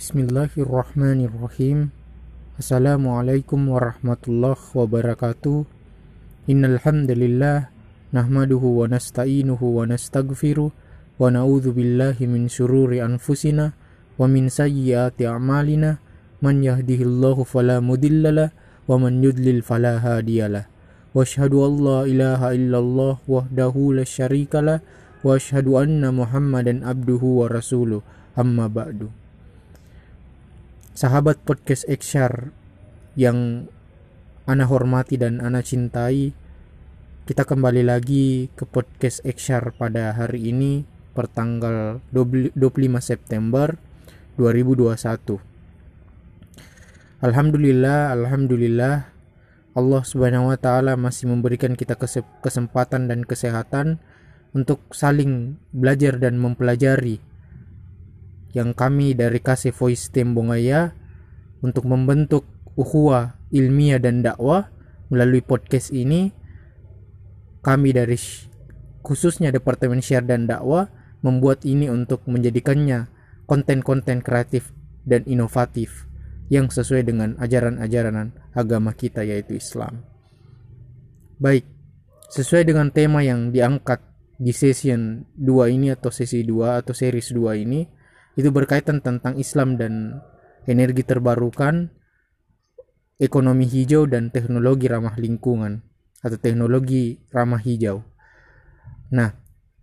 Bismillahirrahmanirrahim. Assalamualaikum warahmatullahi wabarakatuh. Innal hamdalillah nahmaduhu wa nasta'inuhu wa nastaghfiruh wa na'udzu billahi min syururi anfusina wa min sayyiati a'malina. Man yahdihillahu fala mudhillalah wa man yudlil fala hadiyalah. Wa asyhadu an la ilaha illallah wahdahu la syarikalah wa asyhadu anna Muhammadan abduhu wa rasuluh. Amma ba'du. Sahabat podcast Eksyar yang ana hormati dan ana cintai, kita kembali lagi ke podcast Eksyar pada hari ini pertanggal 25 September 2021. Alhamdulillah Allah Subhanahu wa taala masih memberikan kita kesempatan dan kesehatan untuk saling belajar dan mempelajari, yang kami dari Kasih Voice Tembongaya untuk membentuk ukhuwah ilmiah dan dakwah melalui podcast ini. Kami dari khususnya Departemen Syiar dan Dakwah membuat ini untuk menjadikannya konten-konten kreatif dan inovatif yang sesuai dengan ajaran-ajaran agama kita, yaitu Islam. Baik, sesuai dengan tema yang diangkat di session 2 ini atau sesi 2 atau series 2 ini, itu berkaitan tentang Islam dan energi terbarukan, ekonomi hijau dan teknologi ramah lingkungan atau teknologi ramah hijau. Nah,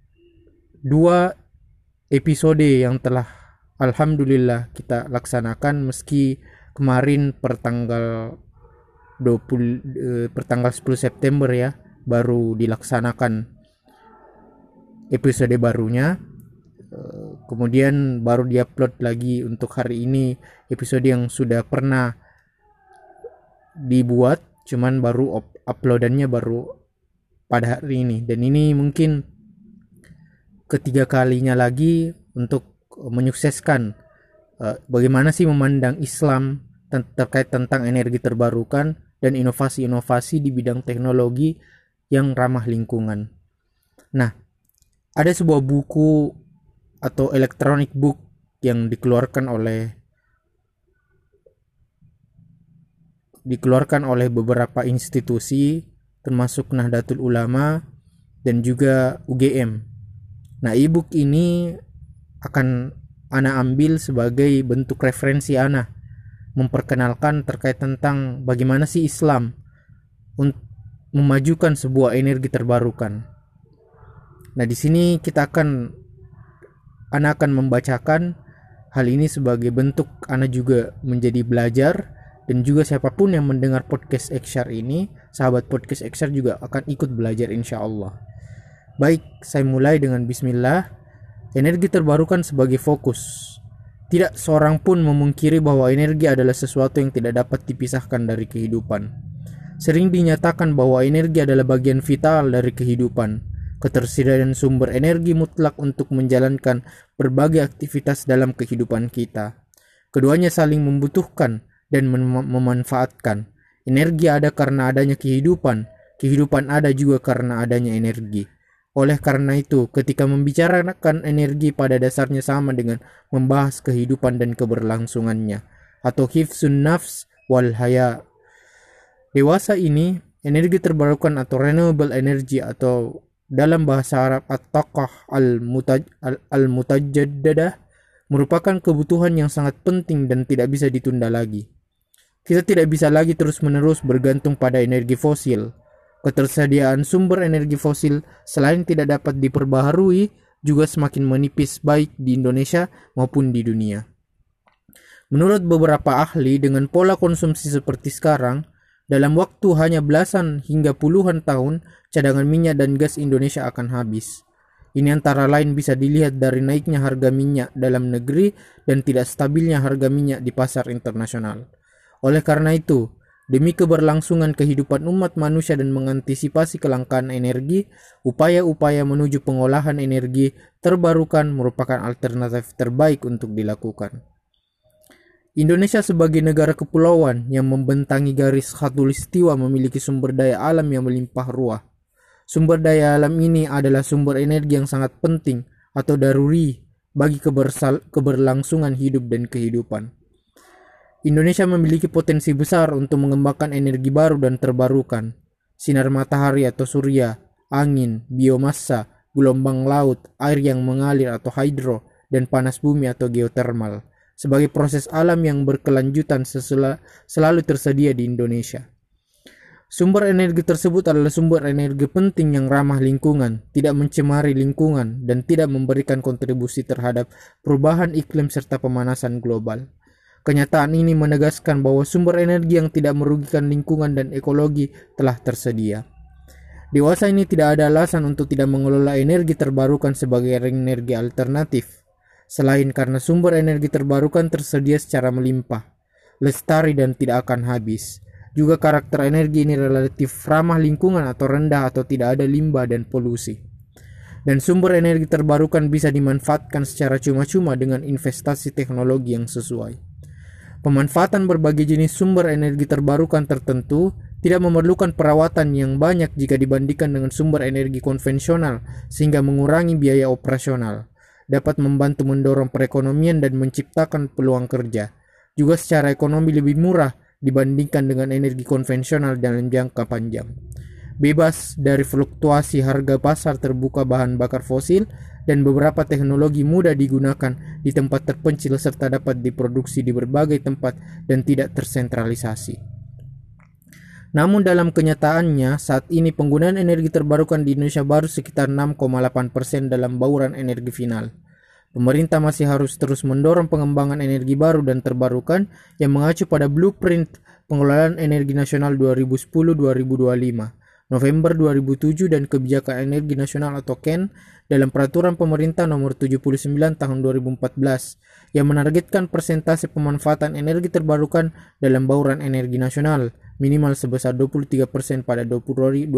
2 episode yang telah alhamdulillah kita laksanakan, meski kemarin pertanggal 10 September ya baru dilaksanakan episode barunya. Kemudian baru diupload lagi untuk hari ini episode yang sudah pernah dibuat, cuman baru uploadannya baru pada hari ini. Dan ini mungkin ketiga kalinya lagi untuk menyukseskan bagaimana sih memandang Islam terkait tentang energi terbarukan dan inovasi-inovasi di bidang teknologi yang ramah lingkungan. Nah, ada sebuah buku atau electronic book yang dikeluarkan oleh beberapa institusi termasuk Nahdlatul Ulama dan juga UGM. Nah, e-book ini akan ana ambil sebagai bentuk referensi ana memperkenalkan terkait tentang bagaimana sih Islam memajukan sebuah energi terbarukan. Nah, di sini ana akan membacakan hal ini sebagai bentuk ana juga menjadi belajar, dan juga siapapun yang mendengar podcast Eksyar ini, sahabat podcast Eksyar juga akan ikut belajar insya-Allah. Baik, saya mulai dengan bismillah. Energi terbarukan sebagai fokus. Tidak seorang pun memungkiri bahwa energi adalah sesuatu yang tidak dapat dipisahkan dari kehidupan. Sering dinyatakan bahwa energi adalah bagian vital dari kehidupan. Ketersediaan sumber energi mutlak untuk menjalankan berbagai aktivitas dalam kehidupan kita. Keduanya saling membutuhkan dan memanfaatkan. Energi ada karena adanya kehidupan. Kehidupan ada juga karena adanya energi. Oleh karena itu, ketika membicarakan energi pada dasarnya sama dengan membahas kehidupan dan keberlangsungannya, atau hifzun nafs wal haya. Dewasa ini, energi terbarukan atau renewable energy atau dalam bahasa Arab at-taqah al-mutajaddadah merupakan kebutuhan yang sangat penting dan tidak bisa ditunda lagi. Kita tidak bisa lagi terus-menerus bergantung pada energi fosil. Ketersediaan sumber energi fosil selain tidak dapat diperbaharui juga semakin menipis, baik di Indonesia maupun di dunia. Menurut beberapa ahli, dengan pola konsumsi seperti sekarang, dalam waktu hanya belasan hingga puluhan tahun, cadangan minyak dan gas Indonesia akan habis. Ini antara lain bisa dilihat dari naiknya harga minyak dalam negeri dan tidak stabilnya harga minyak di pasar internasional. Oleh karena itu, demi keberlangsungan kehidupan umat manusia dan mengantisipasi kelangkaan energi, upaya-upaya menuju pengolahan energi terbarukan merupakan alternatif terbaik untuk dilakukan. Indonesia sebagai negara kepulauan yang membentangi garis khatulistiwa memiliki sumber daya alam yang melimpah ruah. Sumber daya alam ini adalah sumber energi yang sangat penting atau daruri bagi keberlangsungan hidup dan kehidupan. Indonesia memiliki potensi besar untuk mengembangkan energi baru dan terbarukan. Sinar matahari atau surya, angin, biomasa, gelombang laut, air yang mengalir atau hidro, dan panas bumi atau geotermal. Sebagai proses alam yang berkelanjutan selalu tersedia di Indonesia. Sumber energi tersebut adalah sumber energi penting yang ramah lingkungan, tidak mencemari lingkungan, dan tidak memberikan kontribusi terhadap perubahan iklim serta pemanasan global. Kenyataan ini menegaskan bahwa sumber energi yang tidak merugikan lingkungan dan ekologi telah tersedia. Dewasa ini tidak ada alasan untuk tidak mengelola energi terbarukan sebagai energi alternatif, selain karena sumber energi terbarukan tersedia secara melimpah, lestari dan tidak akan habis. Juga karakter energi ini relatif ramah lingkungan atau rendah atau tidak ada limbah dan polusi. Dan sumber energi terbarukan bisa dimanfaatkan secara cuma-cuma dengan investasi teknologi yang sesuai. Pemanfaatan berbagai jenis sumber energi terbarukan tertentu tidak memerlukan perawatan yang banyak jika dibandingkan dengan sumber energi konvensional, sehingga mengurangi biaya operasional, dapat membantu mendorong perekonomian dan menciptakan peluang kerja. Juga secara ekonomi lebih murah dibandingkan dengan energi konvensional dalam jangka panjang. Bebas dari fluktuasi harga pasar terbuka bahan bakar fosil, dan beberapa teknologi mudah digunakan di tempat terpencil serta dapat diproduksi di berbagai tempat dan tidak tersentralisasi. Namun dalam kenyataannya, saat ini penggunaan energi terbarukan di Indonesia baru sekitar 6,8% dalam bauran energi final. Pemerintah masih harus terus mendorong pengembangan energi baru dan terbarukan yang mengacu pada Blueprint Pengelolaan Energi Nasional 2010-2025. November 2007 dan Kebijakan Energi Nasional atau KEN dalam Peraturan Pemerintah Nomor 79 Tahun 2014 yang menargetkan persentase pemanfaatan energi terbarukan dalam bauran energi nasional minimal sebesar 23% pada 2025.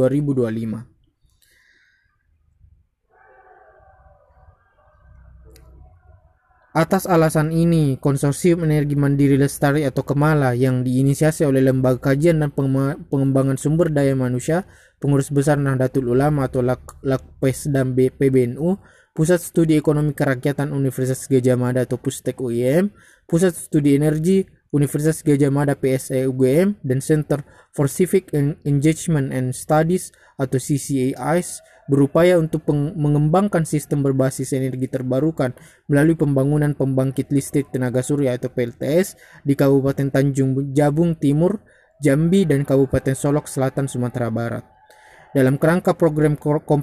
Atas alasan ini, Konsorsium Energi Mandiri Lestari atau KEMALA yang diinisiasi oleh Lembaga Kajian dan Pengembangan Sumber Daya Manusia, Pengurus Besar Nahdlatul Ulama atau Lakpesdam PBNU, Pusat Studi Ekonomi Kerakyatan Universitas Gadjah Mada atau Pustek UIM, Pusat Studi Energi Universitas Gadjah Mada PSE UGM, dan Center for Civic Engagement and Studies atau CCAIS berupaya untuk mengembangkan sistem berbasis energi terbarukan melalui pembangunan pembangkit listrik tenaga surya atau PLTS di Kabupaten Tanjung Jabung Timur, Jambi, dan Kabupaten Solok Selatan, Sumatera Barat. Dalam kerangka program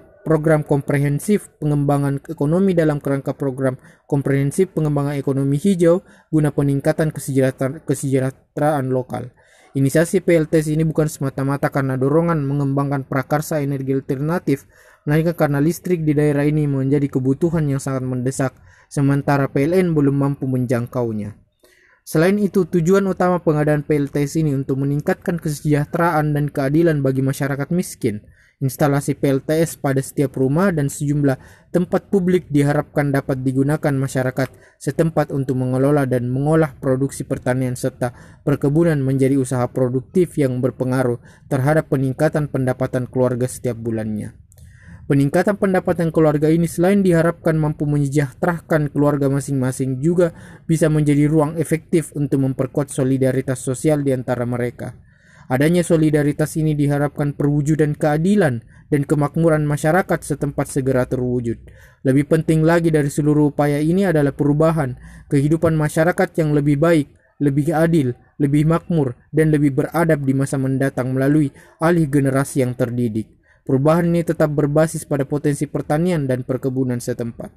komprehensif pengembangan ekonomi dalam kerangka program komprehensif pengembangan ekonomi hijau guna peningkatan kesejahteraan lokal. Inisiasi PLTS ini bukan semata-mata karena dorongan mengembangkan prakarsa energi alternatif, melainkan karena listrik di daerah ini menjadi kebutuhan yang sangat mendesak, sementara PLN belum mampu menjangkaunya. Selain itu, tujuan utama pengadaan PLTS ini untuk meningkatkan kesejahteraan dan keadilan bagi masyarakat miskin. Instalasi PLTS pada setiap rumah dan sejumlah tempat publik diharapkan dapat digunakan masyarakat setempat untuk mengelola dan mengolah produksi pertanian serta perkebunan menjadi usaha produktif yang berpengaruh terhadap peningkatan pendapatan keluarga setiap bulannya. Peningkatan pendapatan keluarga ini selain diharapkan mampu menyejahterakan keluarga masing-masing juga bisa menjadi ruang efektif untuk memperkuat solidaritas sosial di antara mereka. Adanya solidaritas ini diharapkan perwujudan keadilan dan kemakmuran masyarakat setempat segera terwujud. Lebih penting lagi dari seluruh upaya ini adalah perubahan kehidupan masyarakat yang lebih baik, lebih adil, lebih makmur, dan lebih beradab di masa mendatang melalui alih generasi yang terdidik. Perubahan ini tetap berbasis pada potensi pertanian dan perkebunan setempat.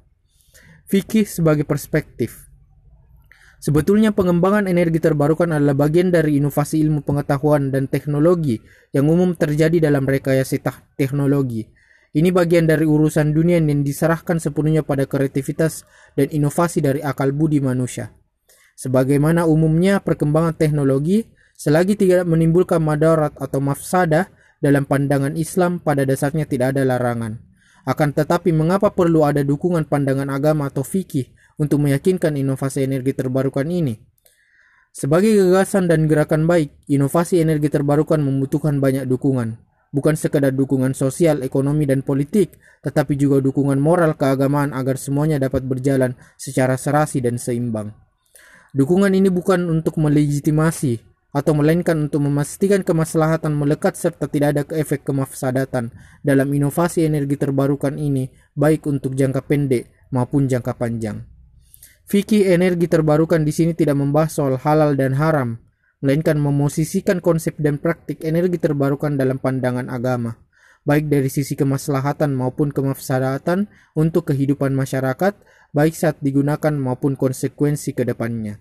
Fikih sebagai perspektif. Sebetulnya pengembangan energi terbarukan adalah bagian dari inovasi ilmu pengetahuan dan teknologi yang umum terjadi dalam rekayasa teknologi. Ini bagian dari urusan dunia yang diserahkan sepenuhnya pada kreativitas dan inovasi dari akal budi manusia. Sebagaimana umumnya perkembangan teknologi, selagi tidak menimbulkan madarat atau mafsadah, dalam pandangan Islam pada dasarnya tidak ada larangan. Akan tetapi mengapa perlu ada dukungan pandangan agama atau fikih untuk meyakinkan inovasi energi terbarukan ini? Sebagai gagasan dan gerakan baik, inovasi energi terbarukan membutuhkan banyak dukungan. bukan sekadar dukungan sosial, ekonomi, dan politik, tetapi juga dukungan moral keagamaan agar semuanya dapat berjalan secara serasi dan seimbang. Dukungan ini bukan untuk melegitimasi, atau melainkan untuk memastikan kemaslahatan melekat serta tidak ada efek kemafsadatan dalam inovasi energi terbarukan ini, baik untuk jangka pendek maupun jangka panjang. Fikih energi terbarukan di sini tidak membahas soal halal dan haram, melainkan memosisikan konsep dan praktik energi terbarukan dalam pandangan agama, baik dari sisi kemaslahatan maupun kemafsadatan untuk kehidupan masyarakat, baik saat digunakan maupun konsekuensi ke depannya.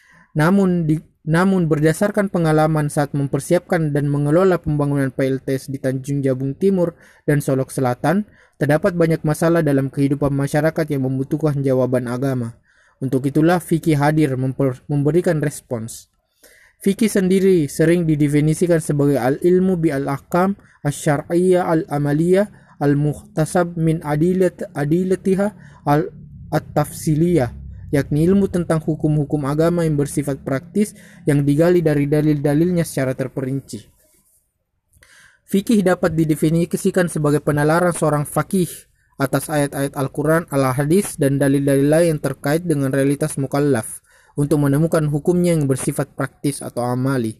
Namun berdasarkan pengalaman saat mempersiapkan dan mengelola pembangunan PLTS di Tanjung Jabung Timur dan Solok Selatan, terdapat banyak masalah dalam kehidupan masyarakat yang membutuhkan jawaban agama. Untuk itulah fikih hadir memberikan respons. Fikih sendiri sering didefinisikan sebagai al-ilmu bi al-ahkam asy-syar'iyyah al-amaliyah al-muhtasab min adilatiha at-tafsiliyah, yakni ilmu tentang hukum-hukum agama yang bersifat praktis yang digali dari dalil-dalilnya secara terperinci. Fikih dapat didefinisikan sebagai penalaran seorang faqih atas ayat-ayat Al-Quran, Al-Hadis, dan dalil-dalil lain yang terkait dengan realitas mukallaf untuk menemukan hukumnya yang bersifat praktis atau amali.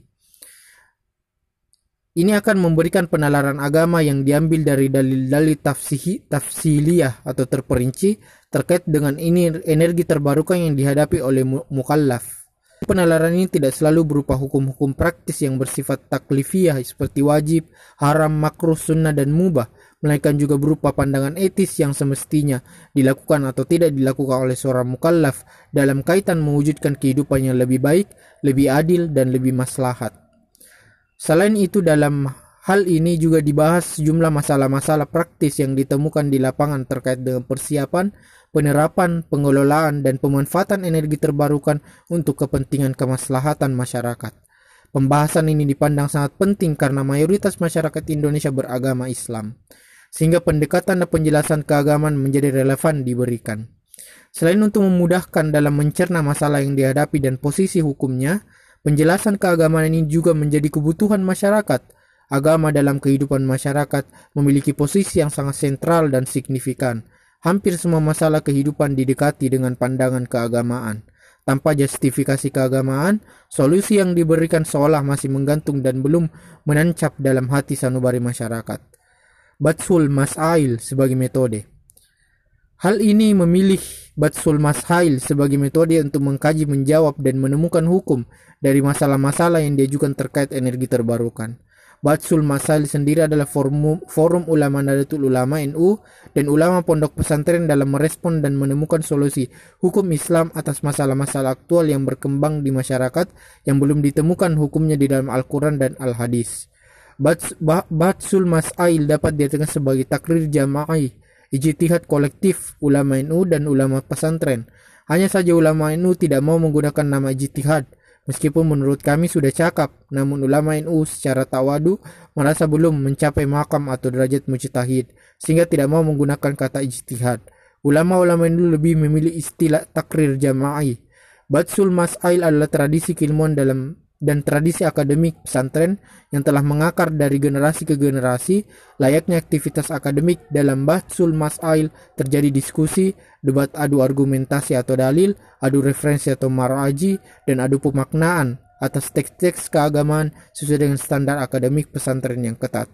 Ini akan memberikan penalaran agama yang diambil dari dalil-dalil tafsiliyah atau terperinci terkait dengan energi terbarukan yang dihadapi oleh mukallaf. Penalaran ini tidak selalu berupa hukum-hukum praktis yang bersifat taklifiyah seperti wajib, haram, makruh, sunnah, dan mubah, melainkan juga berupa pandangan etis yang semestinya dilakukan atau tidak dilakukan oleh seorang mukallaf dalam kaitan mewujudkan kehidupan yang lebih baik, lebih adil, dan lebih maslahat. Selain itu, dalam hal ini juga dibahas sejumlah masalah-masalah praktis yang ditemukan di lapangan terkait dengan persiapan, penerapan, pengelolaan, dan pemanfaatan energi terbarukan untuk kepentingan kemaslahatan masyarakat. Pembahasan ini dipandang sangat penting karena mayoritas masyarakat Indonesia beragama Islam, sehingga pendekatan dan penjelasan keagamaan menjadi relevan diberikan. Selain untuk memudahkan dalam mencerna masalah yang dihadapi dan posisi hukumnya, penjelasan keagamaan ini juga menjadi kebutuhan masyarakat. Agama dalam kehidupan masyarakat memiliki posisi yang sangat sentral dan signifikan. Hampir semua masalah kehidupan didekati dengan pandangan keagamaan. Tanpa justifikasi keagamaan, solusi yang diberikan seolah masih menggantung dan belum menancap dalam hati sanubari masyarakat. Batsul Masail sebagai metode. Hal ini memilih Batsul Masail sebagai metode untuk mengkaji, menjawab, dan menemukan hukum dari masalah-masalah yang diajukan terkait energi terbarukan. Batsul Masail sendiri adalah forum ulama Nahdlatul Ulama NU dan ulama pondok pesantren dalam merespon dan menemukan solusi hukum Islam atas masalah-masalah aktual yang berkembang di masyarakat yang belum ditemukan hukumnya di dalam Al-Quran dan Al-Hadis. Batsul Masail dapat diartikan sebagai takrir jama'i, ijtihad kolektif ulama NU dan ulama pesantren. Hanya saja ulama NU tidak mau menggunakan nama ijtihad. Meskipun menurut kami sudah cakap, namun ulama NU secara tawadu merasa belum mencapai makam atau derajat mujtahid, sehingga tidak mau menggunakan kata ijtihad. Ulama-ulama NU lebih memilih istilah takrir jama'i. Batsul Masail adalah tradisi keilmuan dan tradisi akademik pesantren yang telah mengakar dari generasi ke generasi. Layaknya aktivitas akademik, dalam Batsul Masail terjadi diskusi, debat, adu argumentasi atau dalil, adu referensi atau maraji, dan adu pemaknaan atas teks-teks keagamaan sesuai dengan standar akademik pesantren yang ketat.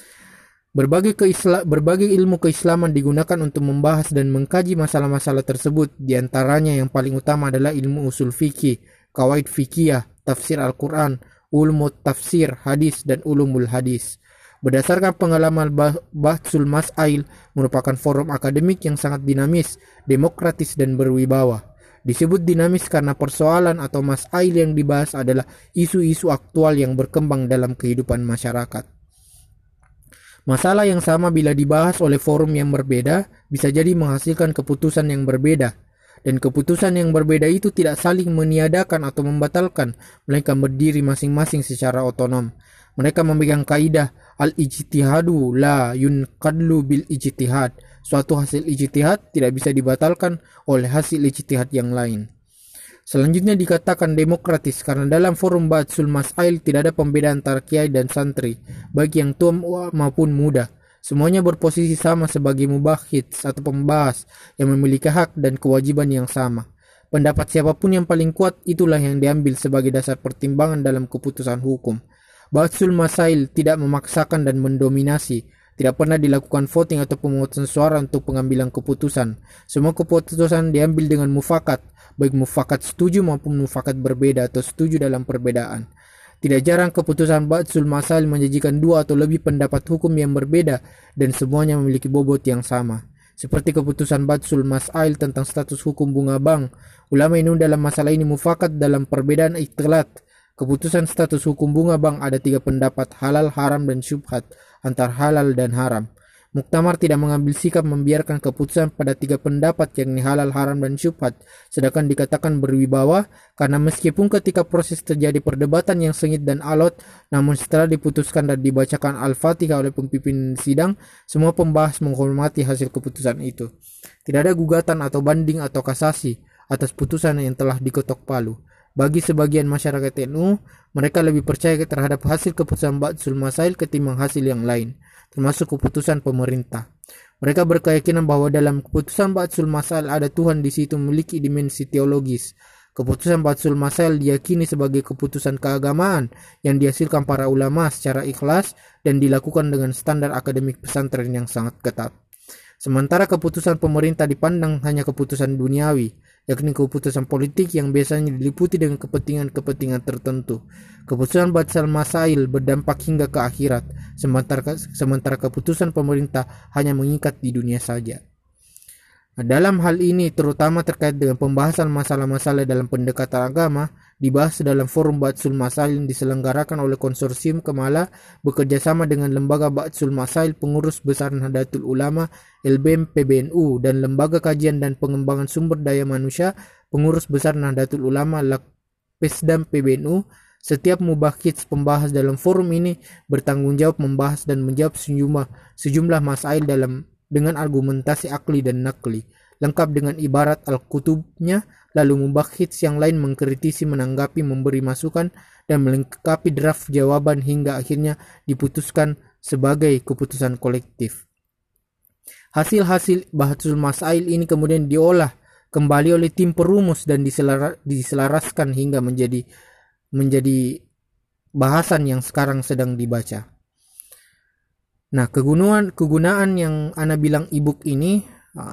Berbagai ilmu keislaman digunakan untuk membahas dan mengkaji masalah-masalah tersebut. Di antaranya yang paling utama adalah ilmu usul fikih, qawaid fikih, tafsir Al-Quran, ulumul tafsir, hadis, dan ulumul hadis. Berdasarkan pengalaman, Batsul Masail merupakan forum akademik yang sangat dinamis, demokratis, dan berwibawa. Disebut dinamis karena persoalan atau masail yang dibahas adalah isu-isu aktual yang berkembang dalam kehidupan masyarakat. Masalah yang sama bila dibahas oleh forum yang berbeda bisa jadi menghasilkan keputusan yang berbeda. Dan keputusan yang berbeda itu tidak saling meniadakan atau membatalkan, melainkan berdiri masing-masing secara otonom. Mereka memegang kaidah al-ijtihadu la yunqadlu bil ijtihad. Suatu hasil ijtihad tidak bisa dibatalkan oleh hasil ijtihad yang lain. Selanjutnya dikatakan demokratis karena dalam forum Ba'tsul Masail tidak ada pembedaan antara kiai dan santri, baik yang tua maupun muda. Semuanya berposisi sama sebagai mubahits atau pembahas yang memiliki hak dan kewajiban yang sama. Pendapat siapapun yang paling kuat itulah yang diambil sebagai dasar pertimbangan dalam keputusan hukum. Ba'tsul Masail tidak memaksakan dan mendominasi. Tidak pernah dilakukan voting atau pemungutan suara untuk pengambilan keputusan. Semua keputusan diambil dengan mufakat, baik mufakat setuju maupun mufakat berbeda atau setuju dalam perbedaan. Tidak jarang keputusan Ba'tsul Masail menjanjikan dua atau lebih pendapat hukum yang berbeda dan semuanya memiliki bobot yang sama. Seperti keputusan Ba'tsul Masail tentang status hukum bunga bank, ulama ini dalam masalah ini mufakat dalam perbedaan ikhtilat. Keputusan status hukum bunga bank ada 3 pendapat, halal, haram, dan syubhat, antar halal dan haram. Muktamar tidak mengambil sikap membiarkan keputusan pada 3 pendapat yakni halal, haram, dan syubhat, sedangkan dikatakan berwibawa karena meskipun ketika proses terjadi perdebatan yang sengit dan alot, namun setelah diputuskan dan dibacakan Al-Fatihah oleh pemimpin sidang, semua pembahas menghormati hasil keputusan itu. Tidak ada gugatan atau banding atau kasasi atas putusan yang telah diketok palu. Bagi sebagian masyarakat NU, mereka lebih percaya terhadap hasil keputusan Ba'tsul Masail ketimbang hasil yang lain, termasuk keputusan pemerintah. Mereka berkeyakinan bahwa dalam keputusan Ba'tsul Masail ada Tuhan di situ memiliki dimensi teologis. Keputusan Ba'tsul Masail diyakini sebagai keputusan keagamaan yang dihasilkan para ulama secara ikhlas dan dilakukan dengan standar akademik pesantren yang sangat ketat. Sementara keputusan pemerintah dipandang hanya keputusan duniawi, yakni keputusan politik yang biasanya diliputi dengan kepentingan-kepentingan tertentu. Keputusan Ba'tsul Masail berdampak hingga ke akhirat, sementara keputusan pemerintah hanya mengikat di dunia saja. Nah, dalam hal ini terutama terkait dengan pembahasan masalah-masalah dalam pendekatan agama dibahas dalam forum Ba'tsul Masail yang diselenggarakan oleh konsorsium Kemala bekerjasama dengan lembaga Ba'tsul Masail pengurus besar Nahdlatul Ulama LBM PBNU dan lembaga kajian dan pengembangan sumber daya manusia pengurus besar Nahdlatul Ulama Lakpesdam PBNU. Setiap mubahits pembahas dalam forum ini bertanggung jawab membahas dan menjawab sejumlah masail dengan argumentasi akli dan nakli, lengkap dengan ibarat al-kutubnya, lalu mubahits yang lain mengkritisi, menanggapi, memberi masukan, dan melengkapi draft jawaban hingga akhirnya diputuskan sebagai keputusan kolektif. Hasil-hasil Ba'tsul Masail ini kemudian diolah kembali oleh tim perumus dan diselaraskan hingga menjadi bahasan yang sekarang sedang dibaca. Nah, kegunaan yang Ana bilang e-book ini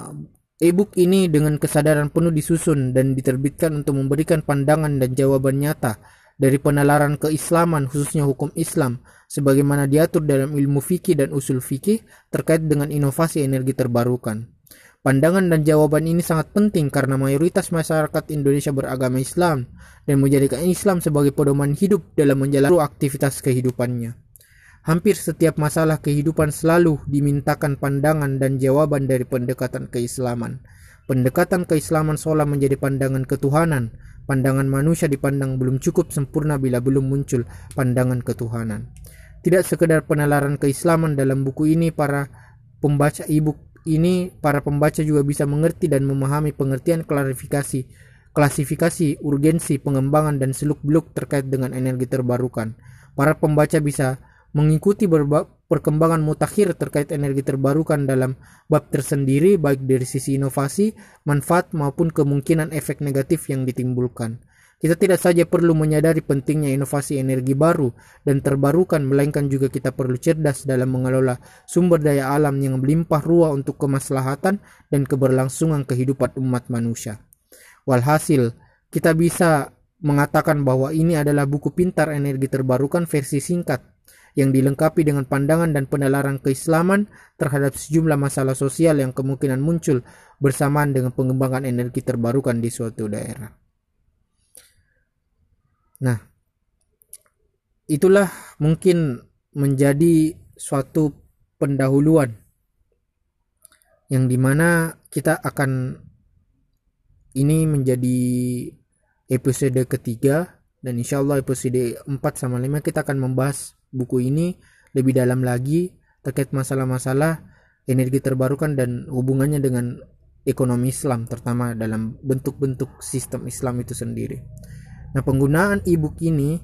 dengan kesadaran penuh disusun dan diterbitkan untuk memberikan pandangan dan jawaban nyata dari penalaran keislaman khususnya hukum Islam sebagaimana diatur dalam ilmu fikih dan usul fikih terkait dengan inovasi energi terbarukan. Pandangan dan jawaban ini sangat penting karena mayoritas masyarakat Indonesia beragama Islam dan menjadikan Islam sebagai pedoman hidup dalam menjalani aktivitas kehidupannya. Hampir setiap masalah kehidupan selalu dimintakan pandangan dan jawaban dari pendekatan keislaman. Pendekatan keislaman seolah menjadi pandangan ketuhanan. Pandangan manusia dipandang belum cukup sempurna bila belum muncul pandangan ketuhanan. Tidak sekedar penalaran keislaman dalam buku ini, para pembaca juga bisa mengerti dan memahami pengertian klasifikasi, urgensi, pengembangan, dan seluk-beluk terkait dengan energi terbarukan. Para pembaca bisa mengikuti perkembangan mutakhir terkait energi terbarukan dalam bab tersendiri baik dari sisi inovasi, manfaat maupun kemungkinan efek negatif yang ditimbulkan. Kita tidak saja perlu menyadari pentingnya inovasi energi baru dan terbarukan, melainkan juga kita perlu cerdas dalam mengelola sumber daya alam yang melimpah ruah untuk kemaslahatan dan keberlangsungan kehidupan umat manusia. Walhasil, kita bisa mengatakan bahwa ini adalah buku pintar energi terbarukan versi singkat yang dilengkapi dengan pandangan dan penalaran keislaman terhadap sejumlah masalah sosial yang kemungkinan muncul bersamaan dengan pengembangan energi terbarukan di suatu daerah. Nah, itulah mungkin menjadi suatu pendahuluan yang dimana kita akan ini menjadi episode ketiga dan insyaallah episode 4 sama 5 kita akan membahas buku ini lebih dalam lagi terkait masalah-masalah energi terbarukan dan hubungannya dengan ekonomi Islam, terutama dalam bentuk-bentuk sistem Islam itu sendiri. Nah, penggunaan e-book ini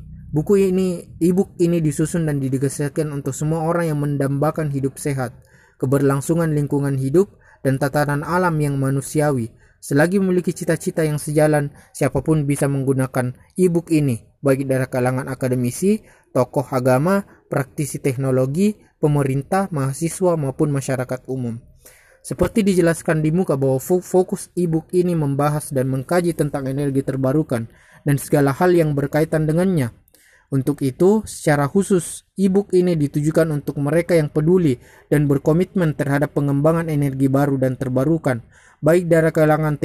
disusun dan didedikasikan untuk semua orang yang mendambakan hidup sehat, keberlangsungan lingkungan hidup, dan tatanan alam yang manusiawi. Selagi memiliki cita-cita yang sejalan, siapapun bisa menggunakan e-book ini, baik dari kalangan akademisi, tokoh agama, praktisi teknologi, pemerintah, mahasiswa, maupun masyarakat umum. Seperti dijelaskan di muka bahwa fokus e-book ini membahas dan mengkaji tentang energi terbarukan dan segala hal yang berkaitan dengannya. Untuk itu, secara khusus, e-book ini ditujukan untuk mereka yang peduli dan berkomitmen terhadap pengembangan energi baru dan terbarukan, baik dari kalangan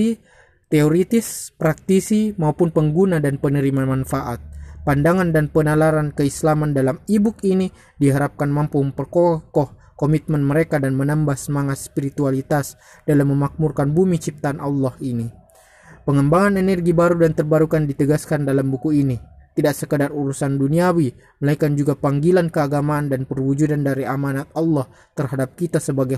teoritis, praktisi, maupun pengguna dan penerima manfaat. Pandangan dan penalaran keislaman dalam e-book ini diharapkan mampu memperkokoh komitmen mereka dan menambah semangat spiritualitas dalam memakmurkan bumi ciptaan Allah ini. Pengembangan energi baru dan terbarukan ditegaskan dalam buku ini tidak sekadar urusan duniawi, melainkan juga panggilan keagamaan dan perwujudan dari amanat Allah terhadap kita sebagai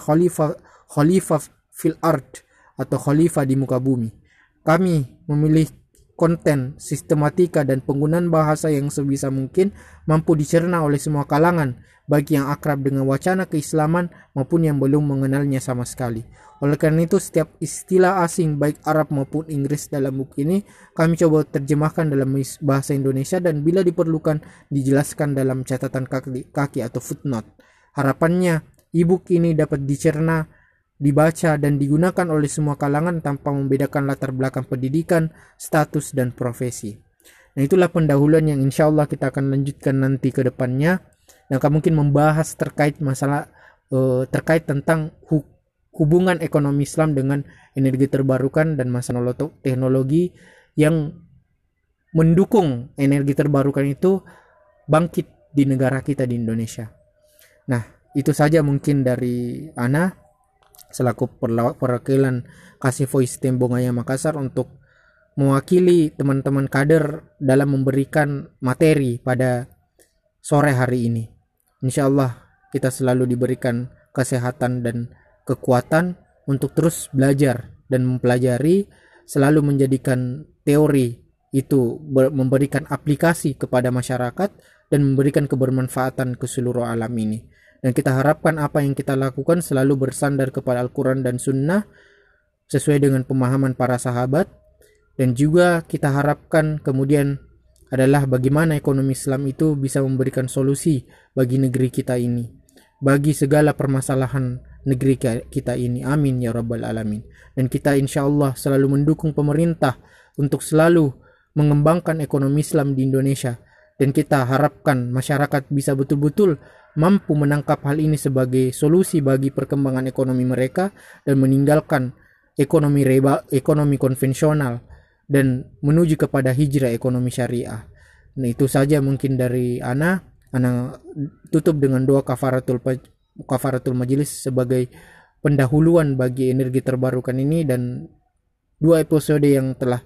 khalifah fil ard atau khalifah di muka bumi. Kami memilih konten, sistematika, dan penggunaan bahasa yang sebisa mungkin mampu dicerna oleh semua kalangan, bagi yang akrab dengan wacana keislaman maupun yang belum mengenalnya sama sekali. Oleh karena itu, setiap istilah asing baik Arab maupun Inggris dalam buku ini kami coba terjemahkan dalam bahasa Indonesia dan bila diperlukan dijelaskan dalam catatan kaki atau footnote. Harapannya e-book ini dapat dicerna, dibaca, dan digunakan oleh semua kalangan tanpa membedakan latar belakang pendidikan, status, dan profesi. Nah, itulah pendahuluan yang insya Allah kita akan lanjutkan nanti ke depannya, dan akan mungkin membahas terkait masalah terkait tentang hubungan ekonomi Islam dengan energi terbarukan dan masalah teknologi yang mendukung energi terbarukan itu bangkit di negara kita di Indonesia. Nah, itu saja mungkin dari Ana selaku perwakilan Kasih Voice Tembongaya Makassar untuk mewakili teman-teman kader dalam memberikan materi pada sore hari ini. Insya Allah kita selalu diberikan kesehatan dan kekuatan untuk terus belajar dan mempelajari, selalu menjadikan teori itu memberikan aplikasi kepada masyarakat dan memberikan kebermanfaatan ke seluruh alam ini. Dan kita harapkan apa yang kita lakukan selalu bersandar kepada Al-Quran dan Sunnah sesuai dengan pemahaman para sahabat. Dan juga kita harapkan kemudian adalah bagaimana ekonomi Islam itu bisa memberikan solusi bagi negeri kita ini, bagi segala permasalahan negeri kita ini. Amin ya rabbal alamin. Dan kita insya Allah selalu mendukung pemerintah untuk selalu mengembangkan ekonomi Islam di Indonesia. Dan kita harapkan masyarakat bisa betul-betul mampu menangkap hal ini sebagai solusi bagi perkembangan ekonomi mereka dan meninggalkan ekonomi konvensional dan menuju kepada hijrah ekonomi syariah. Nah, itu saja mungkin dari Ana tutup dengan doa kafaratul majelis sebagai pendahuluan bagi energi terbarukan ini, dan 2 episode yang telah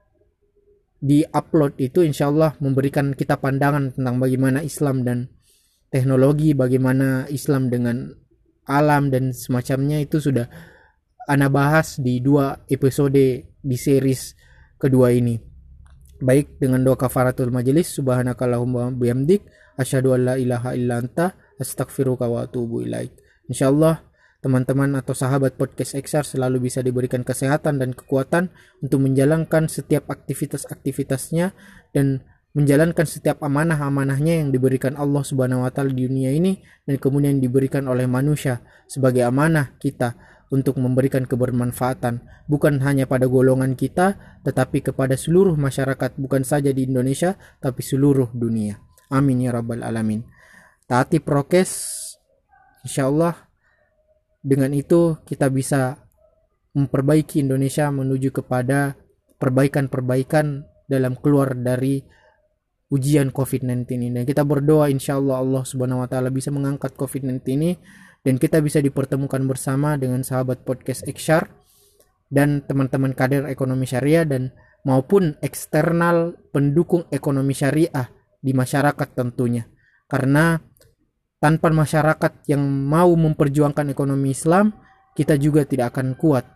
di-upload itu insyaallah memberikan kita pandangan tentang bagaimana Islam dan teknologi, bagaimana Islam dengan alam dan semacamnya, itu sudah Ana bahas di 2 episode di series kedua ini. Baik, dengan doa kafaratul majelis, subhanakallahumma bihamdik asyhadu an la ilaha illa anta astaghfiruka wa atubu ilaik. Insyaallah teman-teman atau sahabat podcast XR selalu bisa diberikan kesehatan dan kekuatan untuk menjalankan setiap aktivitas-aktivitasnya dan menjalankan setiap amanah-amanahnya yang diberikan Allah Subhanahu wa taala di dunia ini dan kemudian diberikan oleh manusia sebagai amanah kita untuk memberikan kebermanfaatan bukan hanya pada golongan kita tetapi kepada seluruh masyarakat, bukan saja di Indonesia tapi seluruh dunia. Amin ya rabbal alamin. Taati prokes, insyaallah dengan itu kita bisa memperbaiki Indonesia menuju kepada perbaikan-perbaikan dalam keluar dari ujian COVID-19 ini. Dan kita berdoa insyaallah Allah Subhanahu wa taala bisa mengangkat COVID-19 ini dan kita bisa dipertemukan bersama dengan sahabat podcast XR dan teman-teman kader ekonomi syariah dan maupun eksternal pendukung ekonomi syariah di masyarakat tentunya. Karena tanpa masyarakat yang mau memperjuangkan ekonomi Islam, kita juga tidak akan kuat.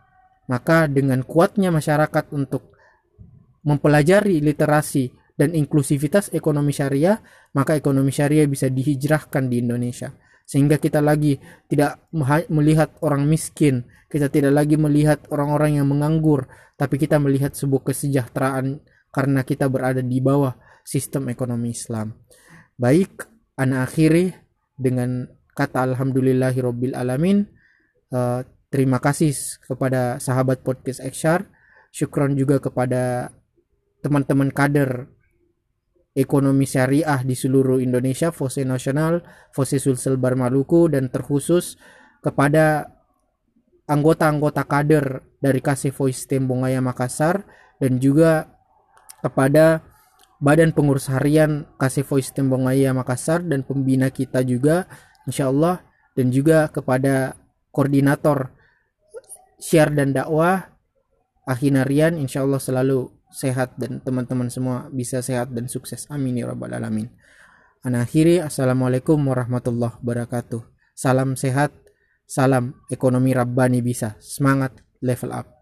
Maka dengan kuatnya masyarakat untuk mempelajari literasi dan inklusivitas ekonomi syariah, maka ekonomi syariah bisa dihijrahkan di Indonesia. Sehingga kita lagi tidak melihat orang miskin, kita tidak lagi melihat orang-orang yang menganggur, tapi kita melihat sebuah kesejahteraan karena kita berada di bawah sistem ekonomi Islam. Baik, ana akhiri dengan kata alhamdulillahirabbil alamin. Terima kasih kepada sahabat podcast Eksyar. Syukron juga kepada teman-teman kader ekonomi syariah di seluruh Indonesia, FOSE Nasional, FOSE Sulsel Bar Maluku, dan terkhusus kepada anggota-anggota kader dari Kase Voice Tembongaya Makassar, dan juga kepada Badan Pengurus Harian Kase Voice Tembongaya Makassar dan pembina kita juga insyaallah, dan juga kepada koordinator syiar dan dakwah Akhinarian, insyaallah selalu sehat dan teman-teman semua bisa sehat dan sukses, amin ya rabbal alamin. Ana akhiri, assalamualaikum warahmatullahi wabarakatuh. Salam sehat, salam ekonomi rabbani bisa, semangat level up.